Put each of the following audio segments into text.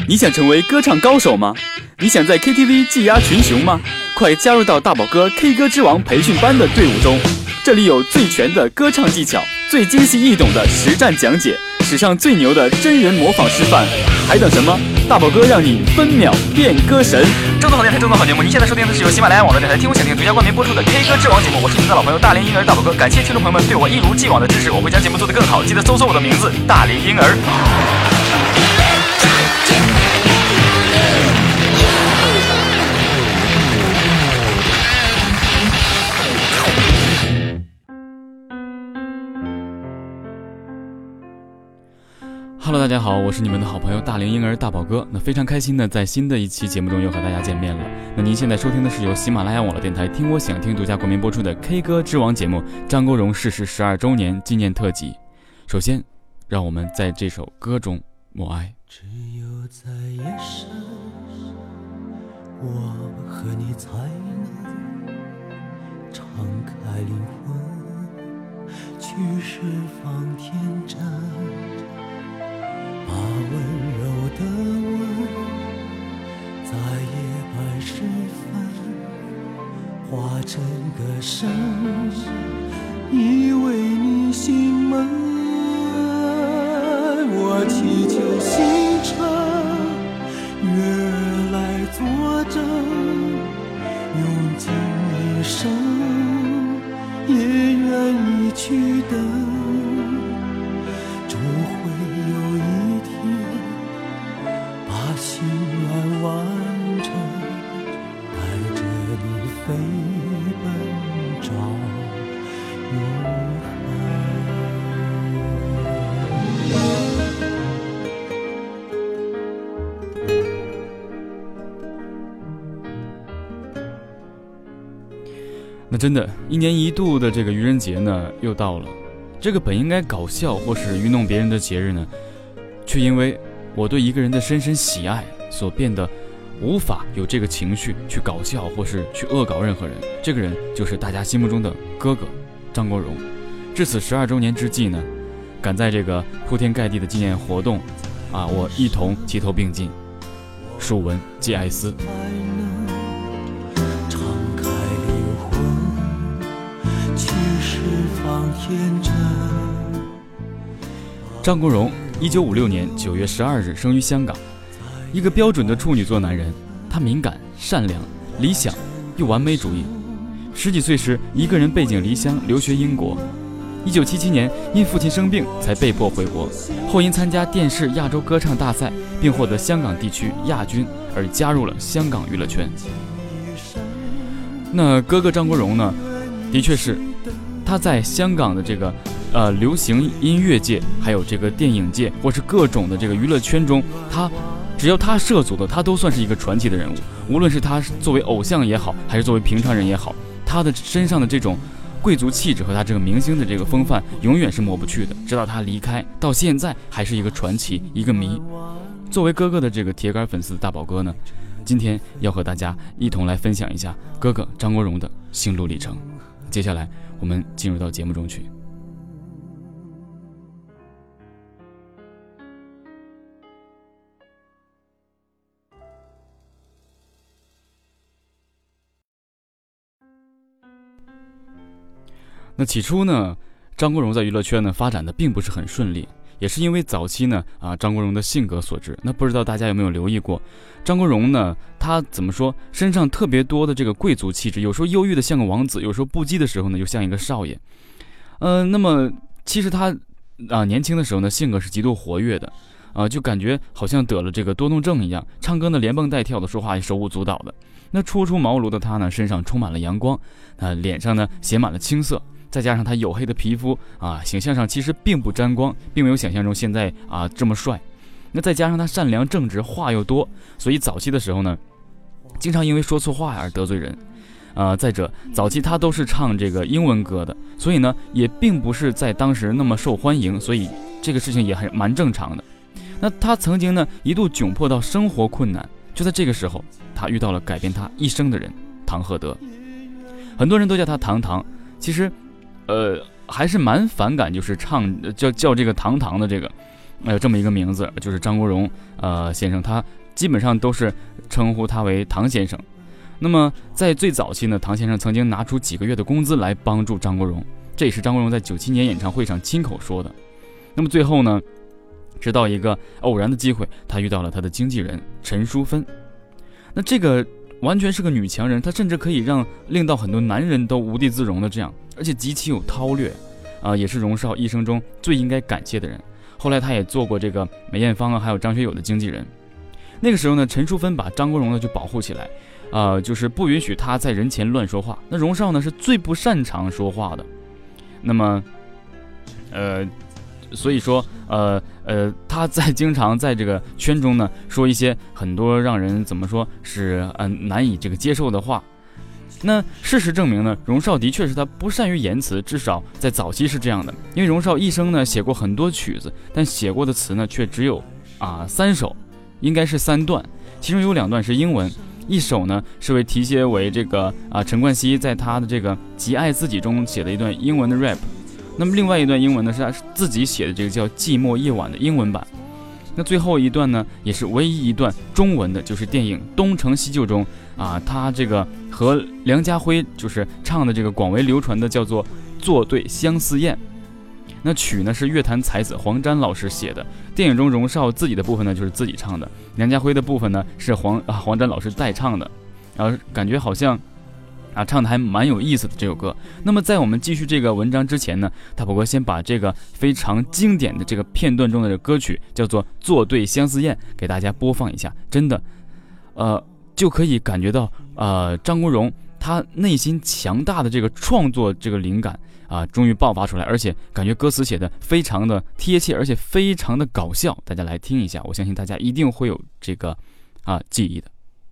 你想成为歌唱高手吗？你想在 KTV 技压群雄吗？快加入到大宝哥 K 歌之王培训班的队伍中，这里有最全的歌唱技巧，最精细易懂的实战讲解，史上最牛的真人模仿示范，还等什么？大宝哥让你分秒变歌神！ 正宗好电台，正宗好节目。您现在收听的是由喜马拉雅网络电台听我想听独家冠名播出的 K 歌之王节目，我是你们的老朋友大龄婴儿大宝哥，感谢听众朋友们对我一如既往的支持，我会将节目做得更好，记得搜索我的名字大龄婴儿。 Hello， 大家好，我是你们的好朋友大龄婴儿大宝哥。那非常开心的在新的一期节目中又和大家见面了。那您现在收听的是由喜马拉雅网络电台听我想听独家冠名播出的 K 歌之王节目张国荣逝世12周年纪念特辑。首先，让我们在这首歌中默哀。 只有在夜深，我和你才能敞开灵魂，去释放天真。把温柔的吻，在夜半时分化成歌声，依偎你心门。我祈求星辰月来作证，用尽一生也愿意去等，终会有一天把心愿完成，带着你飞奔找永恒。 那真的，一年一度的这个愚人节呢，又到了。这个本应该搞笑或是愚弄别人的节日呢，却因为我对一个人的深深喜爱，所变得无法有这个情绪去搞笑或是去恶搞任何人。这个人就是大家心目中的哥哥张国荣。至此12周年之际呢，赶在这个铺天盖地的纪念活动啊，我一同齐头并进，竖文寄哀思。张国荣1956年9月12日生于香港，一个标准的处女座男人。他敏感、善良、理想又完美主义。10几岁时，一个人背井离乡留学英国。1977年，因父亲生病才被迫回国，后因参加电视亚洲歌唱大赛并获得香港地区亚军而加入了香港娱乐圈。那哥哥张国荣呢，的确是他在香港的这个流行音乐界，还有这个电影界，或是各种的这个娱乐圈中，只要他涉足的，他都算是一个传奇的人物。无论是他作为偶像也好，还是作为平常人也好，他的身上的这种贵族气质和他这个明星的这个风范，永远是抹不去的。直到他离开，到现在还是一个传奇，一个谜。作为哥哥的这个铁杆粉丝的大宝哥呢，今天要和大家一同来分享一下哥哥张国荣的心路历程。接下来我们进入到节目中去。那起初呢，张国荣在娱乐圈呢发展的并不是很顺利，也是因为早期呢张国荣的性格所致。那不知道大家有没有留意过，张国荣呢，他怎么说，身上特别多的这个贵族气质，有时候忧郁的像个王子，有时候不羁的时候呢又像一个少爷。那么其实他年轻的时候呢，性格是极度活跃的，就感觉好像得了这个多动症一样，唱歌呢连蹦带跳的，说话也手舞足蹈的。那初出茅庐的他呢，身上充满了阳光，脸上呢写满了青涩，再加上他黝黑的皮肤形象上其实并不沾光，并没有想象中现在这么帅。那再加上他善良正直，话又多，所以早期的时候呢，经常因为说错话而得罪人。再者，早期他都是唱这个英文歌的，所以呢也并不是在当时那么受欢迎，所以这个事情也还蛮正常的。那他曾经呢一度窘迫到生活困难，就在这个时候，他遇到了改变他一生的人，唐鹤德。很多人都叫他唐唐，其实还是蛮反感，就是叫这个唐唐的这个， 有这么一个名字，就是张国荣先生，他基本上都是称呼他为唐先生。那么在最早期呢，唐先生曾经拿出几个月的工资来帮助张国荣，这也是张国荣在97年演唱会上亲口说的。那么最后呢，直到一个偶然的机会，他遇到了他的经纪人陈淑芬。那这个完全是个女强人，她甚至可以令到很多男人都无地自容的这样，而且极其有韬略也是荣少一生中最应该感谢的人。后来他也做过这个梅艳芳还有张学友的经纪人。那个时候呢，陈淑芬把张国荣呢就保护起来，就是不允许他在人前乱说话。那荣少呢是最不擅长说话的，那么所以说他经常在这个圈中呢说一些很多让人怎么说是难以这个接受的话。那事实证明呢，荣少的确是他不善于言辞，至少在早期是这样的。因为荣少一生呢写过很多曲子，但写过的词呢却只有3首，应该是3段，其中有2段是英文，一首呢是为题写为这个陈冠希在他的这个《极爱自己》中写的一段英文的 rap。那么另外一段英文呢是他自己写的这个叫《寂寞夜晚》的英文版。那最后一段呢也是唯一一段中文的，就是电影《东成西就》中他这个和梁家辉就是唱的这个广为流传的叫做《作对相思宴》。那曲呢是乐坛才子黄沾老师写的，电影中荣少自己的部分呢就是自己唱的，梁家辉的部分呢是黄沾老师代唱的，然后感觉好像唱的还蛮有意思的这首歌。那么在我们继续这个文章之前呢，大宝哥先把这个非常经典的这个片段中的歌曲叫做《作对相思宴》给大家播放一下，真的就可以感觉到张国荣他内心强大的这个创作这个灵感终于爆发出来，而且感觉歌词写的非常的贴切，而且非常的搞笑。大家来听一下，我相信大家一定會有這個記憶的。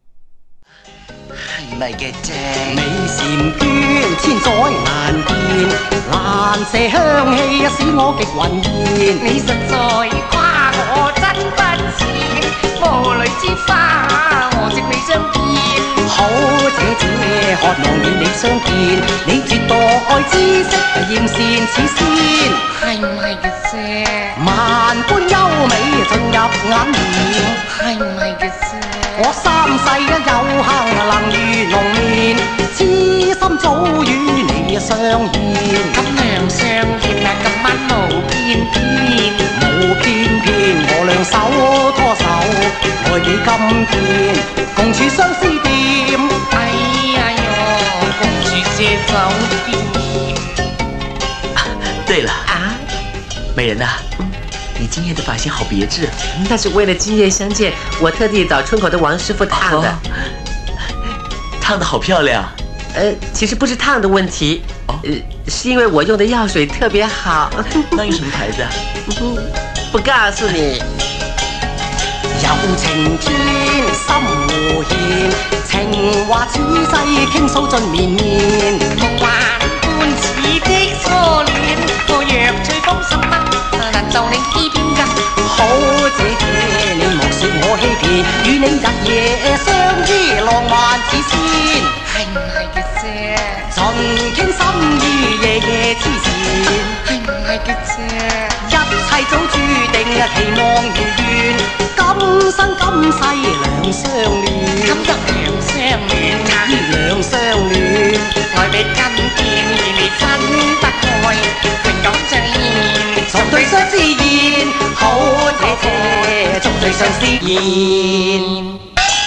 係咪嘅啫？美蟬娟千載難見，蘭麝香氣使我極暈眩。你實在誇我真不淺，霧裏之花我直未相見。好姐姐，渴望與你相見，你絕墮愛知識，豔羨似仙。係咪嘅啫？萬般優美進入眼簾，係咪嘅啫？我三世有幸能遇濃面，痴心早與你相見。咁樣相見今晚無偏偏，無偏偏我兩手拖手，愛你今天共處相思店。哎呀喲，共處些酒店。 对了美人啊，你今夜的发型好别致。 那是为了今夜相见，我特地找春口的王师傅烫的。 烫得好漂亮。 其实不是烫的问题，是因为我用的药水特别好。 那用什么牌子啊？ 不告诉你。 柔情專心互獻，情話此世傾訴盡綿綿。夢幻般似的初戀，我若隨風十蚊，能就你欺騙㗎。好姐姐，你莫說我欺騙，與你日夜相依，浪漫似仙。係唔係嘅啫？盡傾心意，夜夜痴纏。係唔係嘅啫？一切早注定，期望如願，今生今世兩相戀。今得兩相戀兩相戀，愛比根見，而你分不開，永久最現，作對相思宴，好姐姐，作對相思宴。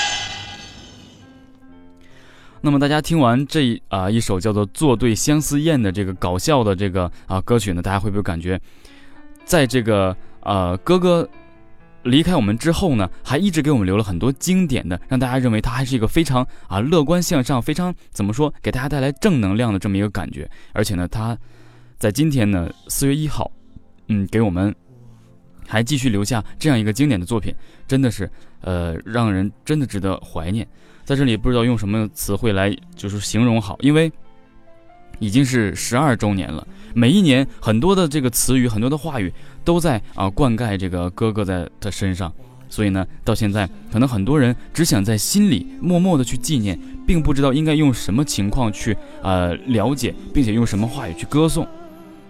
那么大家听完这一首叫做《作对相思宴》的这个搞笑的这个歌曲呢，大家会不会感觉在这个哥哥离开我们之后呢，还一直给我们留了很多经典的，让大家认为他还是一个非常乐观向上，非常怎么说给大家带来正能量的这么一个感觉。而且呢，他在今天呢4月1号给我们还继续留下这样一个经典的作品，真的是让人真的值得怀念。在这里不知道用什么词汇来就是形容好，因为已经是12周年了，每一年很多的这个词语，很多的话语都在灌溉这个哥哥在他身上，所以呢，到现在可能很多人只想在心里默默的去纪念，并不知道应该用什么情况去了解，并且用什么话语去歌颂。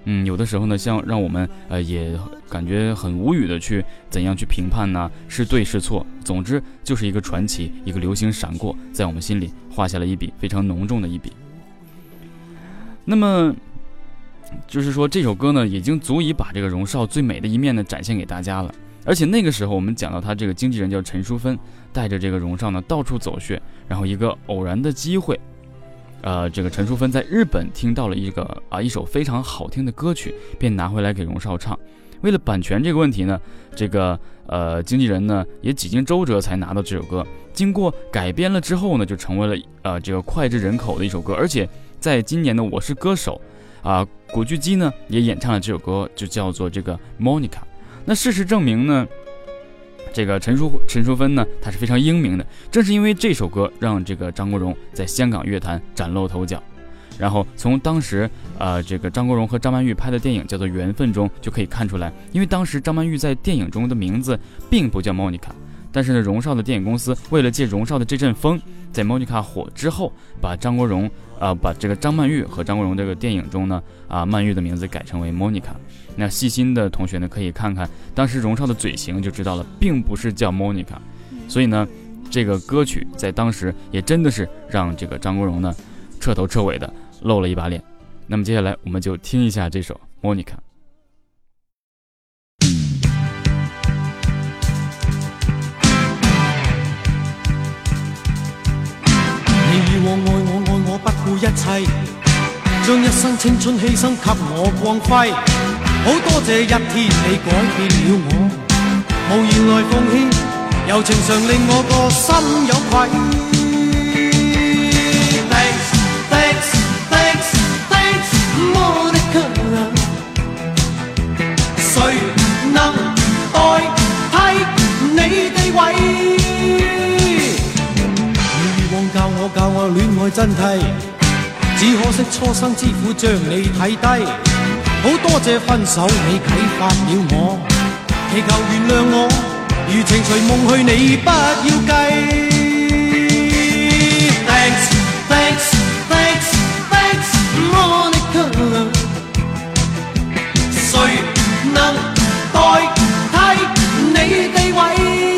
有的时候呢，像让我们也感觉很无语的去怎样去评判呢？是对是错？总之就是一个传奇，一个流星闪过，在我们心里画下了一笔非常浓重的一笔。那么就是说，这首歌呢，已经足以把这个荣少最美的一面呢展现给大家了。而且那个时候，我们讲到他这个经纪人叫陈淑芬，带着这个荣少呢到处走穴，然后一个偶然的机会，这个陈淑芬在日本听到了一首非常好听的歌曲，便拿回来给荣少唱。为了版权这个问题呢，这个经纪人呢也几经周折才拿到这首歌。经过改编了之后呢，就成为了这个脍炙人口的一首歌。而且在今年的《我是歌手》古巨基呢也演唱了这首歌，就叫做这个 Monica。那事实证明呢，这个陈淑芬呢，她是非常英明的。正是因为这首歌，让这个张国荣在香港乐坛崭露头角。然后从当时这个张国荣和张曼玉拍的电影叫做《缘分》中就可以看出来，因为当时张曼玉在电影中的名字并不叫 Monica， 但是呢，荣少的电影公司为了借荣少的这阵风，在 Monica 火之后，把这个张曼玉和张国荣这个电影中呢曼玉的名字改成为 Monica。那细心的同学呢，可以看看当时荣少的嘴型就知道了，并不是叫 Monica。所以呢，这个歌曲在当时也真的是让这个张国荣呢彻头彻尾的露了一把脸。那么接下来我们就听一下这首 Monica。 你以往愛我不顧一切，將一生青春犧牲給我光輝。好多謝一天你改變了我，無言來奉獻，柔情常令我個心有愧。Thanks Monica， 誰能代替你地位？你以往教我戀愛真諦，只可惜初生之虎將你睇低。好多謝分手你啟發了我，祈求原諒我，如情隨夢去你不要計。Thanks Monica， 誰能代替你地位？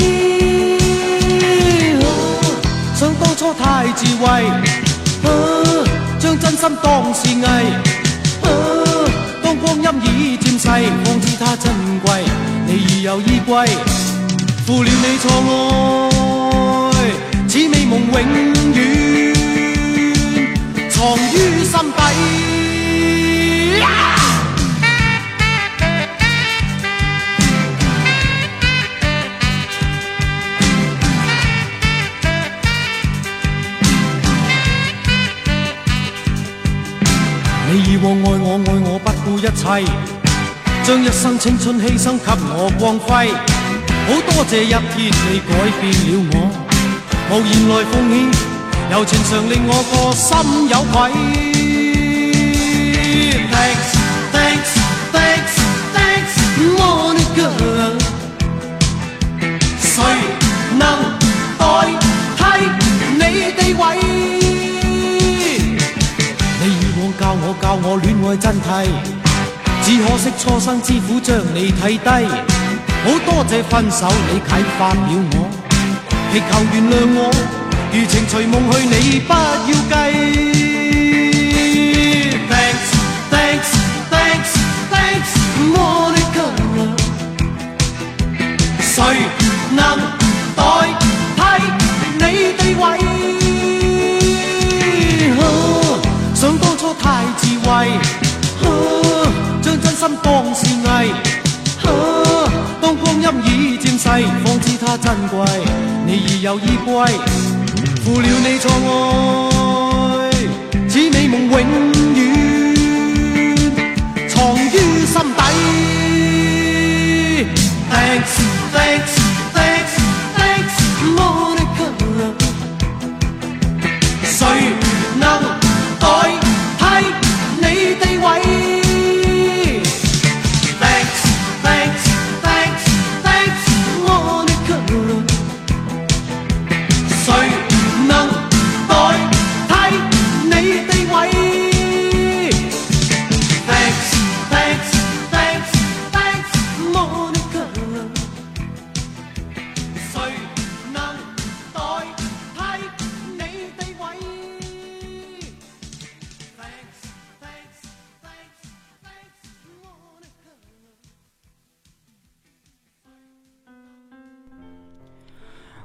想當初太智慧，將真心當是藝。當光陰已漸逝，方知它珍貴。你已有依歸，負了你錯愛，此美夢永遠藏於心底。你以往愛我不顧一切，將一生青春犧牲給我光輝。好多謝一天你改變了我，無言來奉獻，柔情常令我個心有愧。Thanks Monica， 誰能代替你地位？教我戀愛真諦，只可惜初生之虎將你睇低。好多謝分手你啟發了我，祈求原諒我，如情隨夢去你不要計。Thanks Monica， 誰能代替你地位？想當初太智慧，將真心當是藝。當光陰已漸逝，方知它珍貴。你已有依歸，負了你錯愛，此美夢永遠藏於心底。Thanks Monica， 誰能代替你地位？Thanks Monica， 誰能代替你地位？Thanks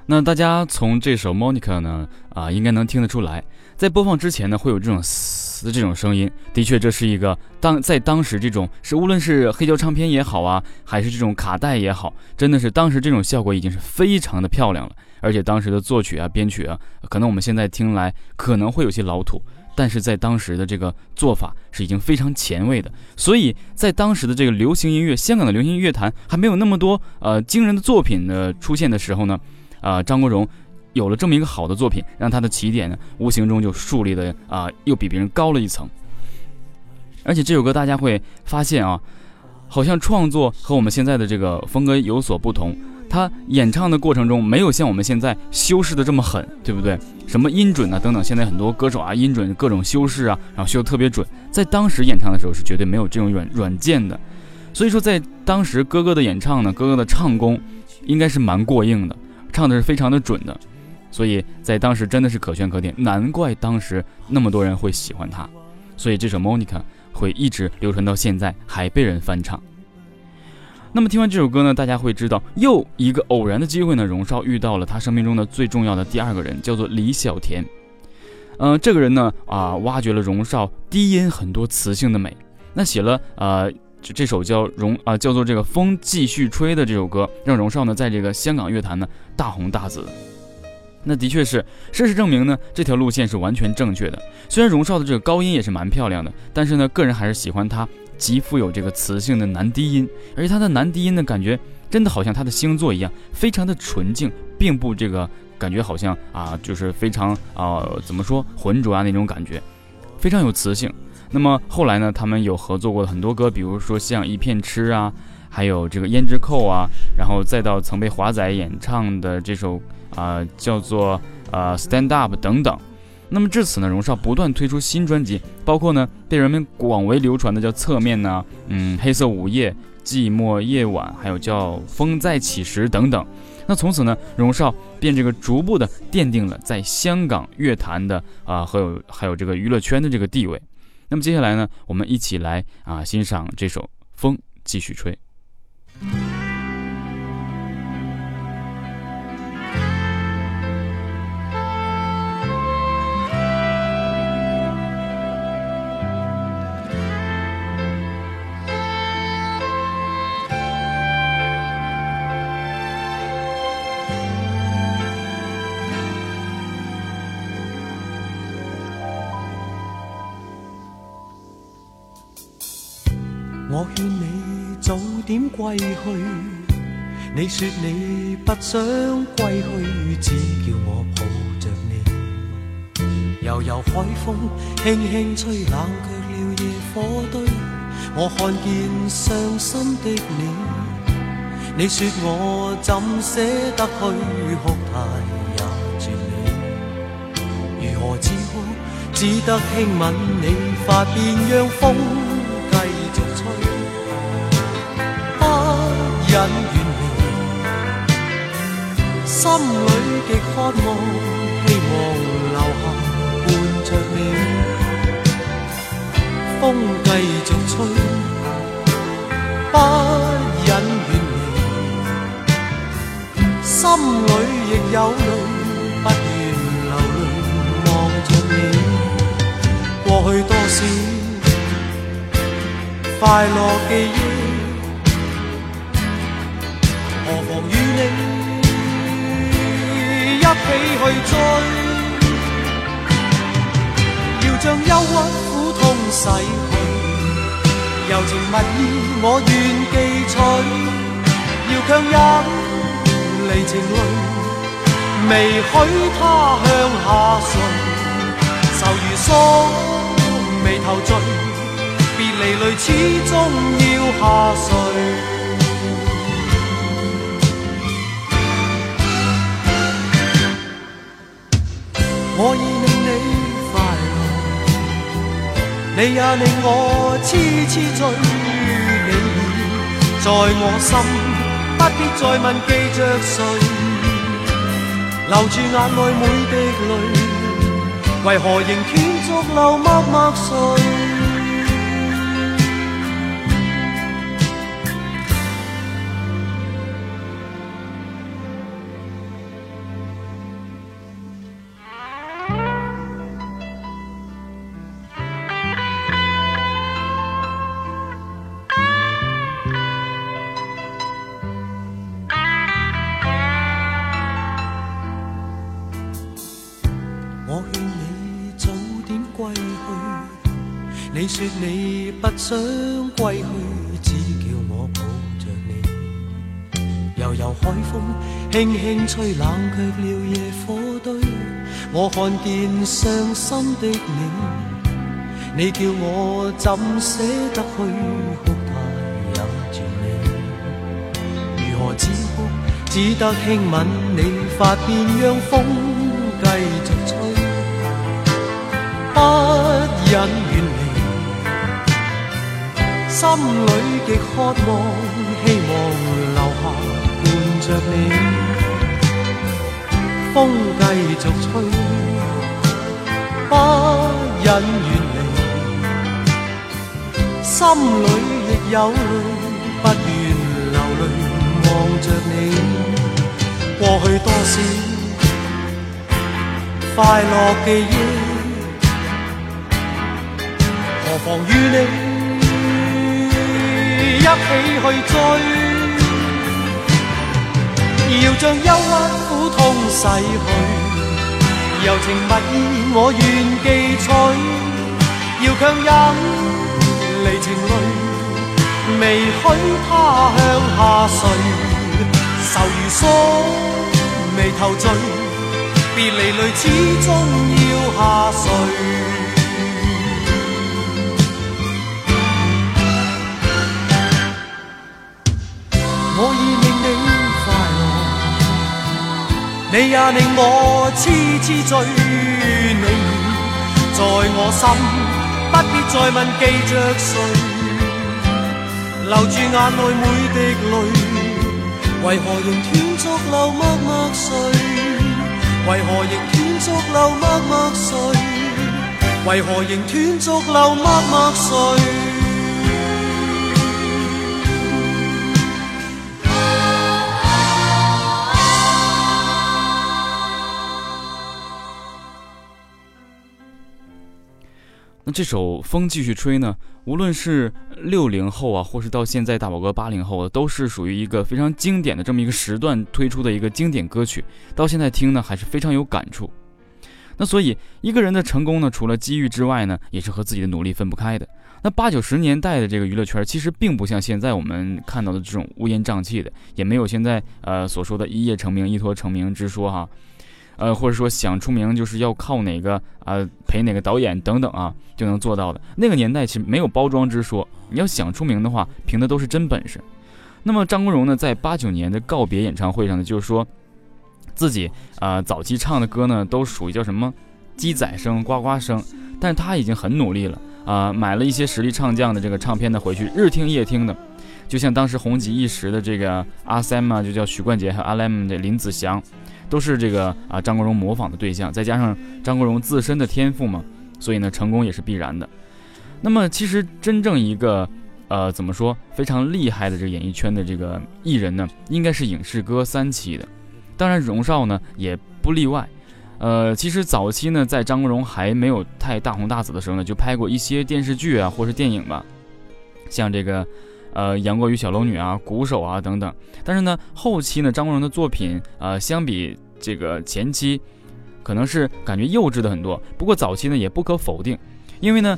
那大家从这首 Monica 呢应该能听得出来，在播放之前呢会有这种嘶的这种声音，的确这是一个在当时这种无论是黑胶唱片也好啊，还是这种卡带也好，真的是当时这种效果已经是非常的漂亮了。而且当时的作曲啊编曲啊，可能我们现在听来可能会有些老土，但是在当时的这个做法是已经非常前卫的。所以在当时的这个流行音乐，香港的流行音乐坛还没有那么多惊人的作品的出现的时候呢，张国荣有了这么一个好的作品，让他的起点呢无形中就树立的又比别人高了一层。而且这首歌大家会发现好像创作和我们现在的这个风格有所不同，他演唱的过程中没有像我们现在修饰的这么狠，对不对？什么音准啊等等，现在很多歌手音准各种修饰然后修得特别准，在当时演唱的时候是绝对没有这种软件的。所以说在当时哥哥的演唱呢，哥哥的唱功应该是蛮过硬的，唱的是非常的准的，所以在当时真的是可圈可点，难怪当时那么多人会喜欢他。所以这首 Monica 会一直流传到现在，还被人翻唱。那么听完这首歌呢，大家会知道又一个偶然的机会呢，荣少遇到了他生命中的最重要的第二个人，叫做李小田。这个人呢挖掘了荣少低音很多磁性的美，那写了这首叫做这个风继续吹的这首歌，让荣少呢在这个香港乐坛呢大红大紫。那的确是，事实证明呢，这条路线是完全正确的。虽然荣少的这个高音也是蛮漂亮的，但是呢，个人还是喜欢他极富有这个磁性的男低音，而且他的男低音的感觉真的好像他的星座一样，非常的纯净，并不这个感觉好像就是非常怎么说浑浊那种感觉，非常有磁性。那么后来呢，他们有合作过很多歌，比如说像一片痴还有这个胭脂扣然后再到曾被华仔演唱的这首叫做Stand Up 等等。那么至此呢，荣少不断推出新专辑，包括呢被人们广为流传的叫侧面黑色午夜、寂寞夜晚，还有叫风再起时等等。那从此呢，荣少便这个逐步的奠定了在香港乐坛的还有这个娱乐圈的这个地位。那么接下来呢，我们一起来欣赏这首风继续吹。 我勸你早點歸去，你說你不想歸去，只叫我抱着你。悠悠海風輕輕吹，冷卻了野火堆。我看見傷心的你，你說我怎捨得去，哭態也絕美。如何止哭，只得輕吻你髮邊，讓風繼續吹。不忍遠離，心裏極渴望，希望留下伴着你。風繼續吹，不忍遠離，心裏亦有淚，不願流淚望着你。過去多少快樂記憶，何妨與你一起去追，要將憂鬱苦痛洗去，柔情蜜意我願記取，要強忍離情淚，未許他向下垂，愁如鎖眉頭聚，別離淚始終要下垂。我已令你快樂，你也令我痴痴醉。你已在我心，不必再問記着誰，留住眼內每滴淚，為何仍斷續流默默垂？ 你說你不想歸去，只叫我抱着你。悠悠海風輕輕吹，冷卻了野火堆。我看見傷心的你，你叫我怎捨得去？哭態也絕美，如何止哭？只得輕吻你髮邊，讓風繼續吹，不忍遠離。心裏極渴望，希望留下伴着你。風繼續吹，不忍遠離。心裏亦有淚，不願流淚望着你。過去多少快樂記憶，何妨與你一起去追，要將憂鬱苦痛逝去，柔情蜜意我願記取，要強忍離情淚，未許他向下垂。愁如鎖，眉頭聚，別離淚始終要下垂。我已令你快樂，你也令我痴痴醉。你在我心，不必再問記着誰，留住眼內每滴淚。為何仍斷續流默默睡？為何仍斷續流默默睡？為何仍斷續流默默睡？ 那这首风继续吹呢，无论是60后啊，或是到现在大宝哥80后啊，都是属于一个非常经典的这么一个时段推出的一个经典歌曲，到现在听呢还是非常有感触。那所以一个人的成功呢，除了机遇之外呢，也是和自己的努力分不开的。那80、90年代的这个娱乐圈其实并不像现在我们看到的这种乌烟瘴气的，也没有现在所说的一夜成名、一脱成名之说哈。或者说想出名就是要靠哪个陪哪个导演等等啊就能做到的。那个年代其实没有包装之说，你要想出名的话，凭的都是真本事。那么张国荣呢，在89年的告别演唱会上呢，就是说自己早期唱的歌呢，都属于叫什么鸡仔声、呱呱声，但是他已经很努力了买了一些实力唱将的这个唱片呢，回去日听夜听的。就像当时红极一时的这个阿 Sam 啊，就叫许冠杰，还有阿 Lam 的林子祥，都是这个张国荣模仿的对象，再加上张国荣自身的天赋嘛，所以呢成功也是必然的。那么其实真正一个怎么说非常厉害的这个演艺圈的这个艺人呢，应该是影视歌3期的，当然荣少呢也不例外。其实早期呢，在张国荣还没有太大红大紫的时候呢，就拍过一些电视剧啊，或是电影吧，像这个杨过与小龙女啊、鼓手啊等等。但是呢，后期呢，张国荣的作品相比这个前期，可能是感觉幼稚的很多。不过早期呢，也不可否定，因为呢，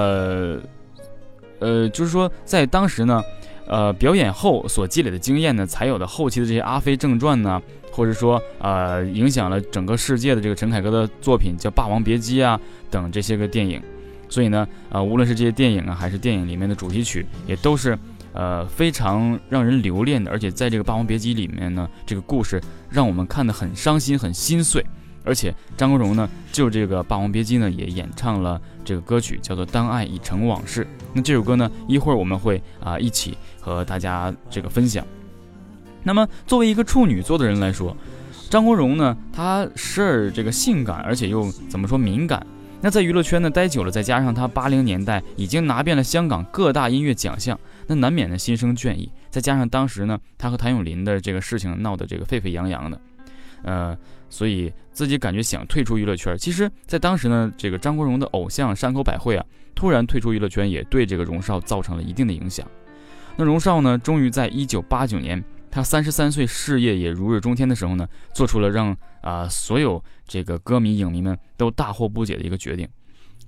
就是说在当时呢，表演后所积累的经验呢，才有的后期的这些《阿飞正传》呢，或者说影响了整个世界的这个陈凯歌的作品叫《霸王别姬》啊等这些个电影。所以呢，无论是这些电影啊，还是电影里面的主题曲，也都是非常让人留恋的。而且在这个《霸王别姬》里面呢，这个故事让我们看得很伤心、很心碎。而且张国荣呢，就这个《霸王别姬》呢，也演唱了这个歌曲，叫做《当爱已成往事》。那这首歌呢，一会儿我们会一起和大家这个分享。那么作为一个处女座的人来说，张国荣呢，他时而这个性感，而且又怎么说敏感。那在娱乐圈呢待久了，再加上他80年代已经拿遍了香港各大音乐奖项，那难免呢心生倦意。再加上当时呢，他和谭咏麟的这个事情闹得这个沸沸扬扬的，所以自己感觉想退出娱乐圈。其实，在当时呢，这个张国荣的偶像山口百惠啊，突然退出娱乐圈，也对这个荣少造成了一定的影响。那荣少呢，终于在1989年，他33岁，事业也如日中天的时候呢，做出了让所有这个歌迷影迷们都大惑不解的一个决定。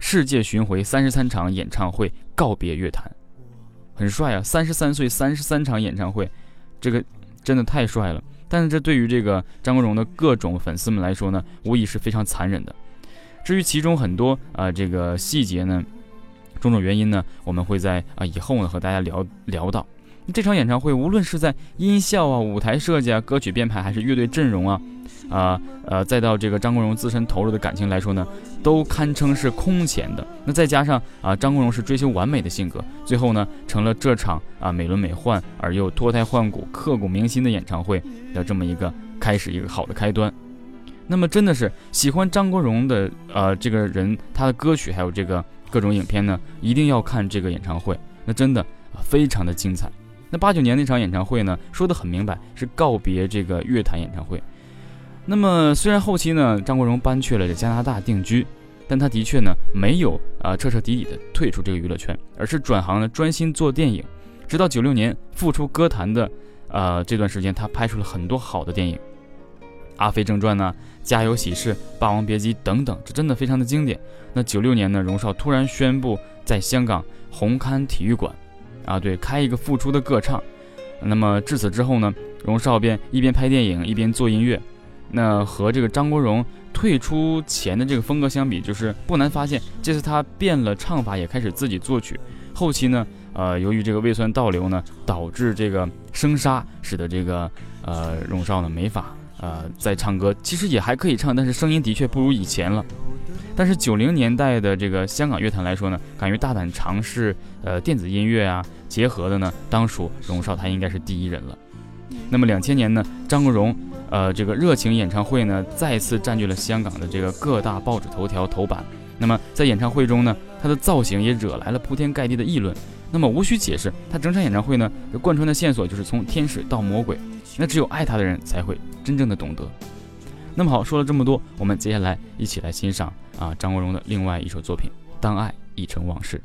世界巡回33场演唱会告别乐坛，很帅啊！33岁33场演唱会，这个真的太帅了。但是这对于这个张国荣的各种粉丝们来说呢，无疑是非常残忍的。至于其中很多这个细节呢，种种原因呢，我们会在以后呢和大家聊到。这场演唱会无论是在音效啊、舞台设计啊、歌曲编排，还是乐队阵容啊，再到这个张国荣自身投入的感情来说呢，都堪称是空前的。那再加上张国荣是追求完美的性格，最后呢成了这场美轮美奂而又脱胎换骨、刻骨铭心的演唱会的这么一个开始，一个好的开端。那么真的是喜欢张国荣的这个人，他的歌曲还有这个各种影片呢，一定要看这个演唱会，那真的非常的精彩。那89年那场演唱会呢，说得很明白，是告别这个乐坛演唱会。那么虽然后期呢，张国荣搬去了加拿大定居，但他的确呢没有彻彻底底的退出这个娱乐圈，而是转行呢专心做电影。直到96年复出歌坛的这段时间，他拍出了很多好的电影，《阿飞正传》呢，《家有喜事》《霸王别姬》等等，这真的非常的经典。那96年呢，荣少突然宣布在香港红磡体育馆开一个复出的歌唱。那么至此之后呢，荣少便一边拍电影一边做音乐。那和这个张国荣退出前的这个风格相比，就是不难发现，这次他变了唱法，也开始自己作曲。后期呢，由于这个胃酸倒流呢，导致这个声沙，使得这个荣少呢没法再唱歌。其实也还可以唱，但是声音的确不如以前了。但是90年代的这个香港乐坛来说呢，敢于大胆尝试电子音乐结合的呢，当属荣少他应该是第一人了。那么2000年呢，张国荣这个热情演唱会呢，再次占据了香港的这个各大报纸头条头版。那么在演唱会中呢，他的造型也惹来了铺天盖地的议论。那么无需解释，他整场演唱会呢，贯穿的线索就是从天使到魔鬼，那只有爱他的人才会真正的懂得。那么好，说了这么多，我们接下来一起来欣赏张国荣的另外一首作品《当爱已成往事》。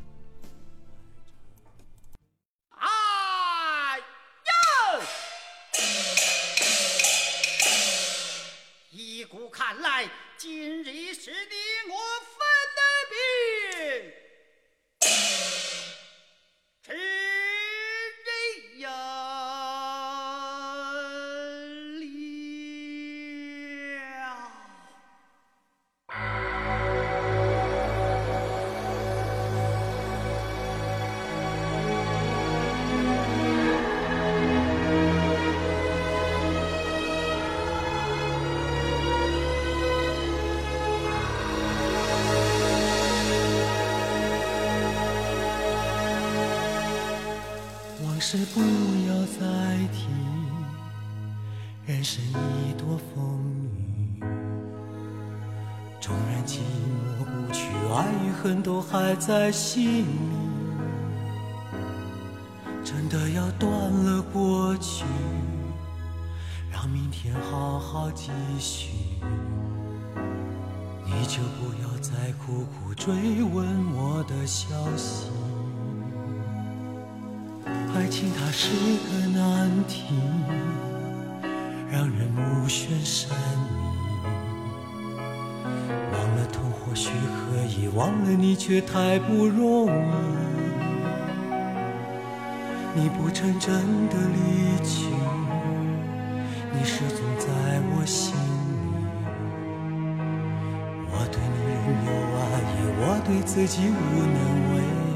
依古看来，今日是你我分的病，吃人呀！ 往事不要再提，人生一朵风雨，纵然寂寞不去，爱与恨都还在心里。真的要断了过去，让明天好好继续，你就不要再苦苦追问我的消息。爱情它是个难题，让人目眩神迷。忘了痛或许可以，忘了你却太不容易。你不曾真的离去，你始终在我心里。我对你仍有爱意，我对自己无能为力。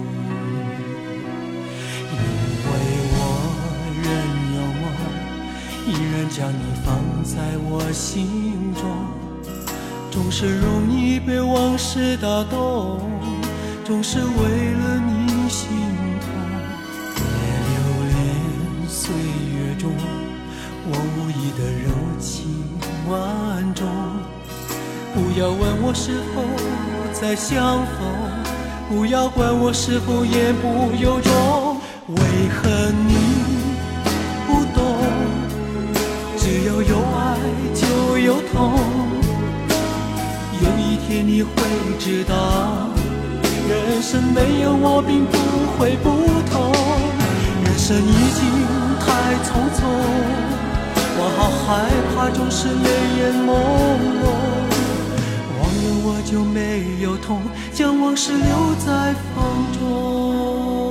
依然将你放在我心中，总是容易被往事打动，总是为了你心痛。别留恋岁月中我无意的柔情万种，不要问我是否再相逢，不要管我是否言不由衷。为何你不懂？只要有爱就有痛，有一天你会知道，人生没有我并不会不同。人生已经太匆匆，我好害怕总是泪眼朦胧。忘了我就没有痛，将我往事留在风中。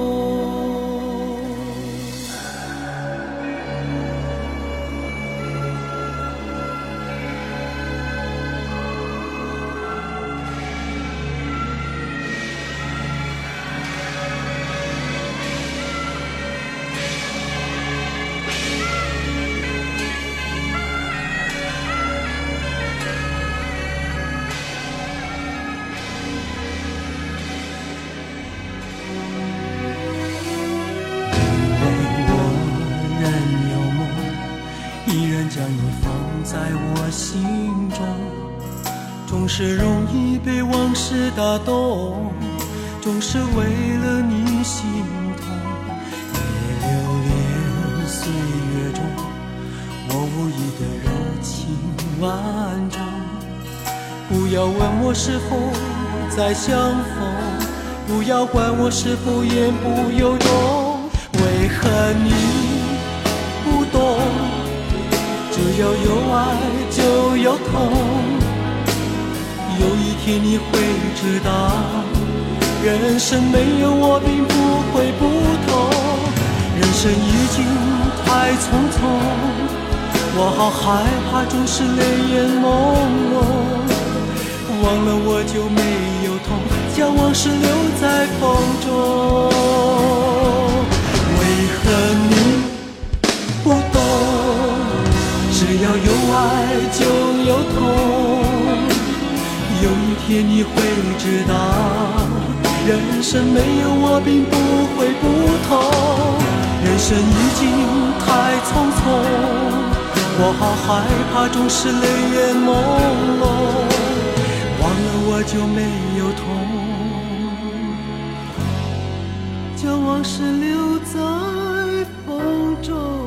将你放在我心中，总是容易被往事打动，总是为了你心痛。别留恋岁月中我无意的柔情万种，不要问我是否再相逢，不要管我是否言不由衷，为何你不懂？只要有爱就有痛，有一天你会知道，人生没有我并不会不同。人生已经太匆匆，我好害怕总是泪眼朦胧，忘了我就没有痛，将往事留在风中。为何你不懂？只要有爱就有痛，有一天你会知道，人生没有我并不会不同。人生已经太匆匆，我好害怕总是泪眼朦胧，忘了我就没有痛，将往事留在风中。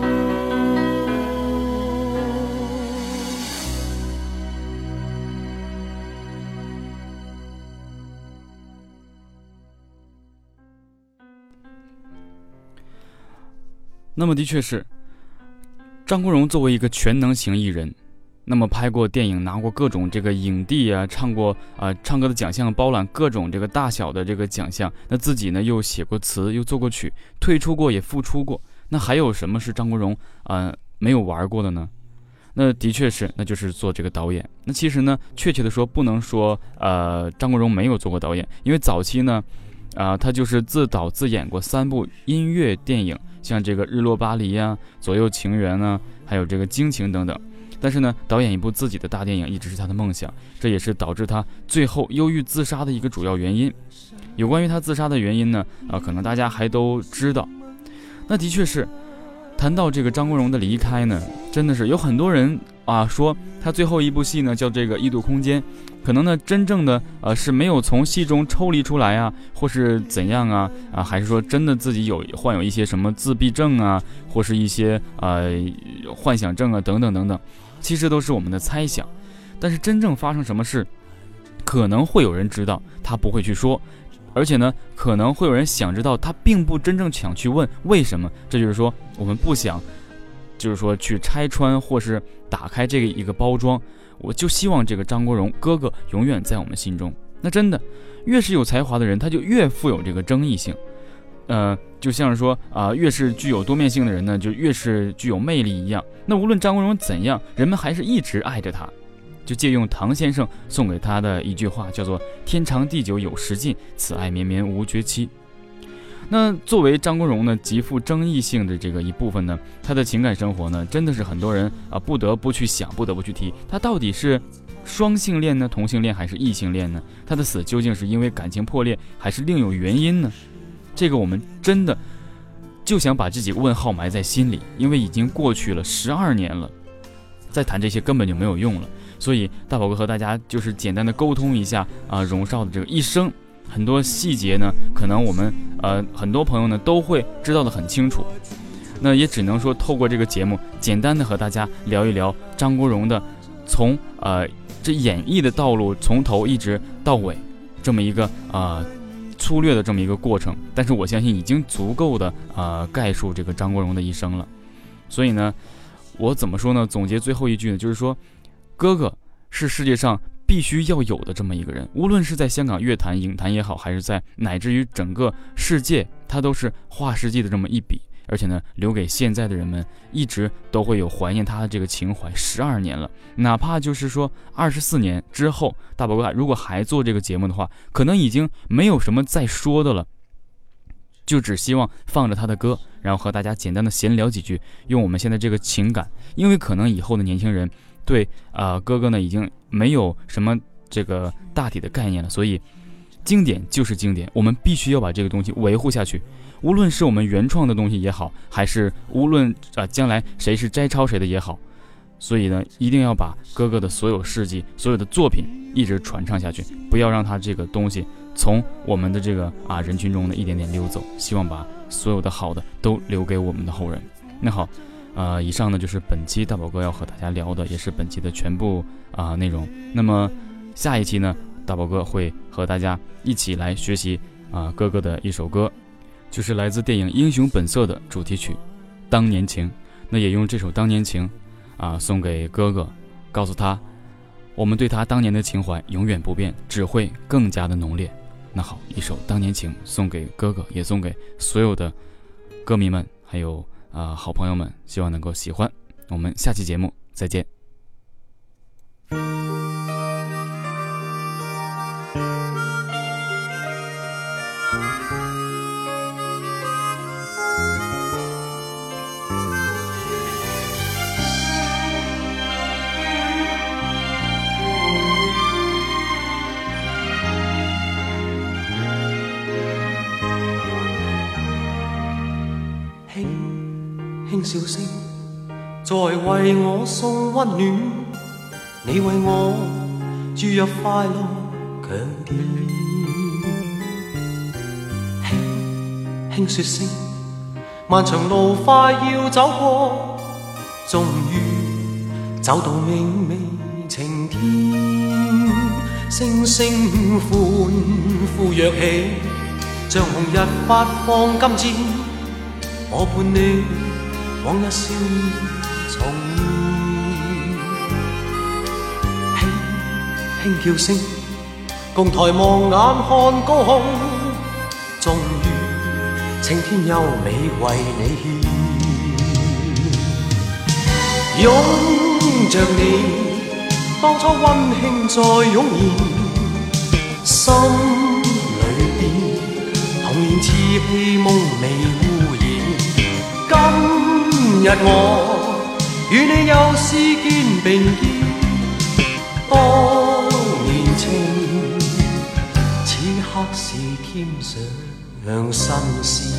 那么的确是，张国荣作为一个全能型艺人，那么拍过电影，拿过各种这个影帝啊，唱歌的奖项，包揽各种这个大小的这个奖项。那自己呢又写过词，又做过曲，退出过也复出过。那还有什么是张国荣没有玩过的呢？那的确是，那就是做这个导演。那其实呢，确切的说，不能说张国荣没有做过导演，因为早期呢，他就是自导自演过3部音乐电影。像这个日落巴黎啊，左右情缘啊，还有这个惊情等等。但是呢，导演一部自己的大电影一直是他的梦想，这也是导致他最后忧郁自杀的一个主要原因。有关于他自杀的原因呢，可能大家还都知道。那的确是，谈到这个张国荣的离开呢，真的是有很多人说他最后一部戏呢叫这个《异度空间》，可能呢真正的是没有从戏中抽离出来啊，或是怎样啊，还是说真的自己患有一些什么自闭症啊，或是一些幻想症啊等等等等，其实都是我们的猜想。但是真正发生什么事，可能会有人知道，他不会去说。而且呢，可能会有人想知道，他并不真正想去问为什么。这就是说，我们不想，就是说去拆穿或是打开这个一个包装。我就希望这个张国荣哥哥永远在我们心中。那真的，越是有才华的人，他就越富有这个争议性。就像是说越是具有多面性的人呢，就越是具有魅力一样。那无论张国荣怎样，人们还是一直爱着他。就借用唐先生送给他的一句话，叫做天长地久有时尽，此爱绵绵无绝期。那作为张国荣呢极富争议性的这个一部分呢，他的情感生活呢真的是很多人不得不去想，不得不去提，他到底是双性恋呢，同性恋还是异性恋呢？他的死究竟是因为感情破裂还是另有原因呢？这个我们真的就想把这几个问号埋在心里，因为已经过去了12年了，再谈这些根本就没有用了。所以大宝哥和大家就是简单的沟通一下荣少的这个一生，很多细节呢可能我们很多朋友呢都会知道的很清楚。那也只能说透过这个节目简单的和大家聊一聊张国荣的从这演艺的道路从头一直到尾这么一个粗略的这么一个过程。但是我相信已经足够的概述这个张国荣的一生了。所以呢，我怎么说呢，总结最后一句呢，就是说哥哥是世界上必须要有的这么一个人。无论是在香港乐坛影坛也好，还是在乃至于整个世界，他都是划世纪的这么一笔。而且呢，留给现在的人们一直都会有怀念他的这个情怀。12年了，哪怕就是说24年之后，大宝哥如果还做这个节目的话，可能已经没有什么再说的了，就只希望放着他的歌，然后和大家简单的闲聊几句，用我们现在这个情感。因为可能以后的年轻人对哥哥呢已经没有什么这个大体的概念了，所以经典就是经典，我们必须要把这个东西维护下去。无论是我们原创的东西也好，还是无论将来谁是摘抄谁的也好，所以呢，一定要把哥哥的所有事迹、所有的作品一直传唱下去，不要让他这个东西从我们的这个人群中的一点点溜走。希望把所有的好的都留给我们的后人。那好，以上呢就是本期大宝哥要和大家聊的，也是本期的全部内容。那么下一期呢，大宝哥会和大家一起来学习哥哥的一首歌。就是来自电影《英雄本色》的主题曲《当年情》，那也用这首《当年情》送给哥哥，告诉他，我们对他当年的情怀永远不变，只会更加的浓烈。那好，一首《当年情》送给哥哥，也送给所有的歌迷们，还有好朋友们，希望能够喜欢。我们下期节目再见。 輕笑聲在為我送溫暖，你為我注入快樂強電。輕說聲漫長路快要走過，終於走到明媚晴天。星星歡呼躍起，像紅日發放金箭，我伴你往日笑面重現，輕叫聲共抬望眼看高空，終於青天優美為你獻，擁着你當初溫馨再湧現，心裏邊童年稚氣夢未污染。今日我與你又是肩並肩，當年情此刻是添上新鮮。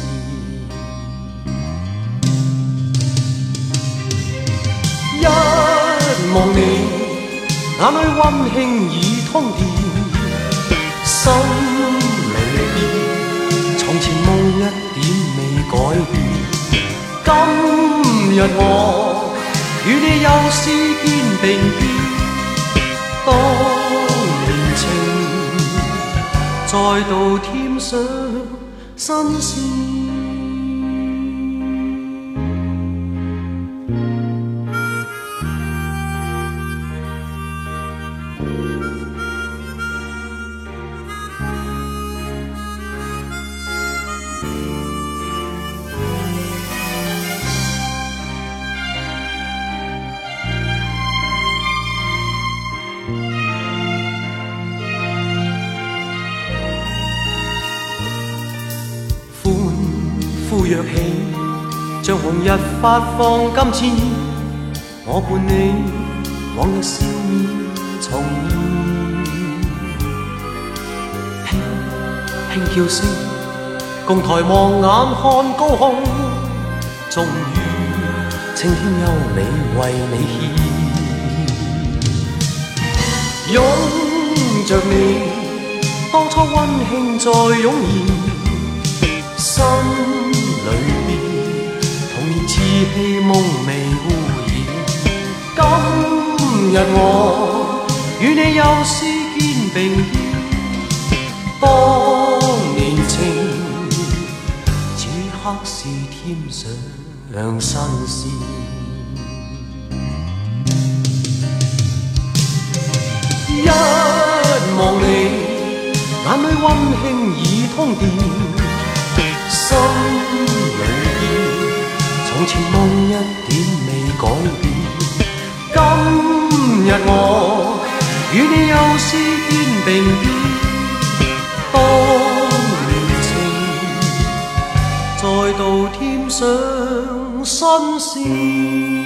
一望你眼裏溫馨已通電，心裏邊從前夢一點未改變。今日我與你又是肩並肩，當年情再度添上新鮮。呼躍起，像紅日發放金箭，我伴你往日笑面重現，輕叫聲共抬望眼看高空，終於青天優美為你獻，擁着你當初溫馨再湧現。心裏邊童年稚氣夢未污染，今日我與你又是肩並肩，當年情此刻是添上新鮮。 輕已通電，心裏邊從前夢一點未改變。今日我與你又是肩並肩，當年情再度添上新鮮。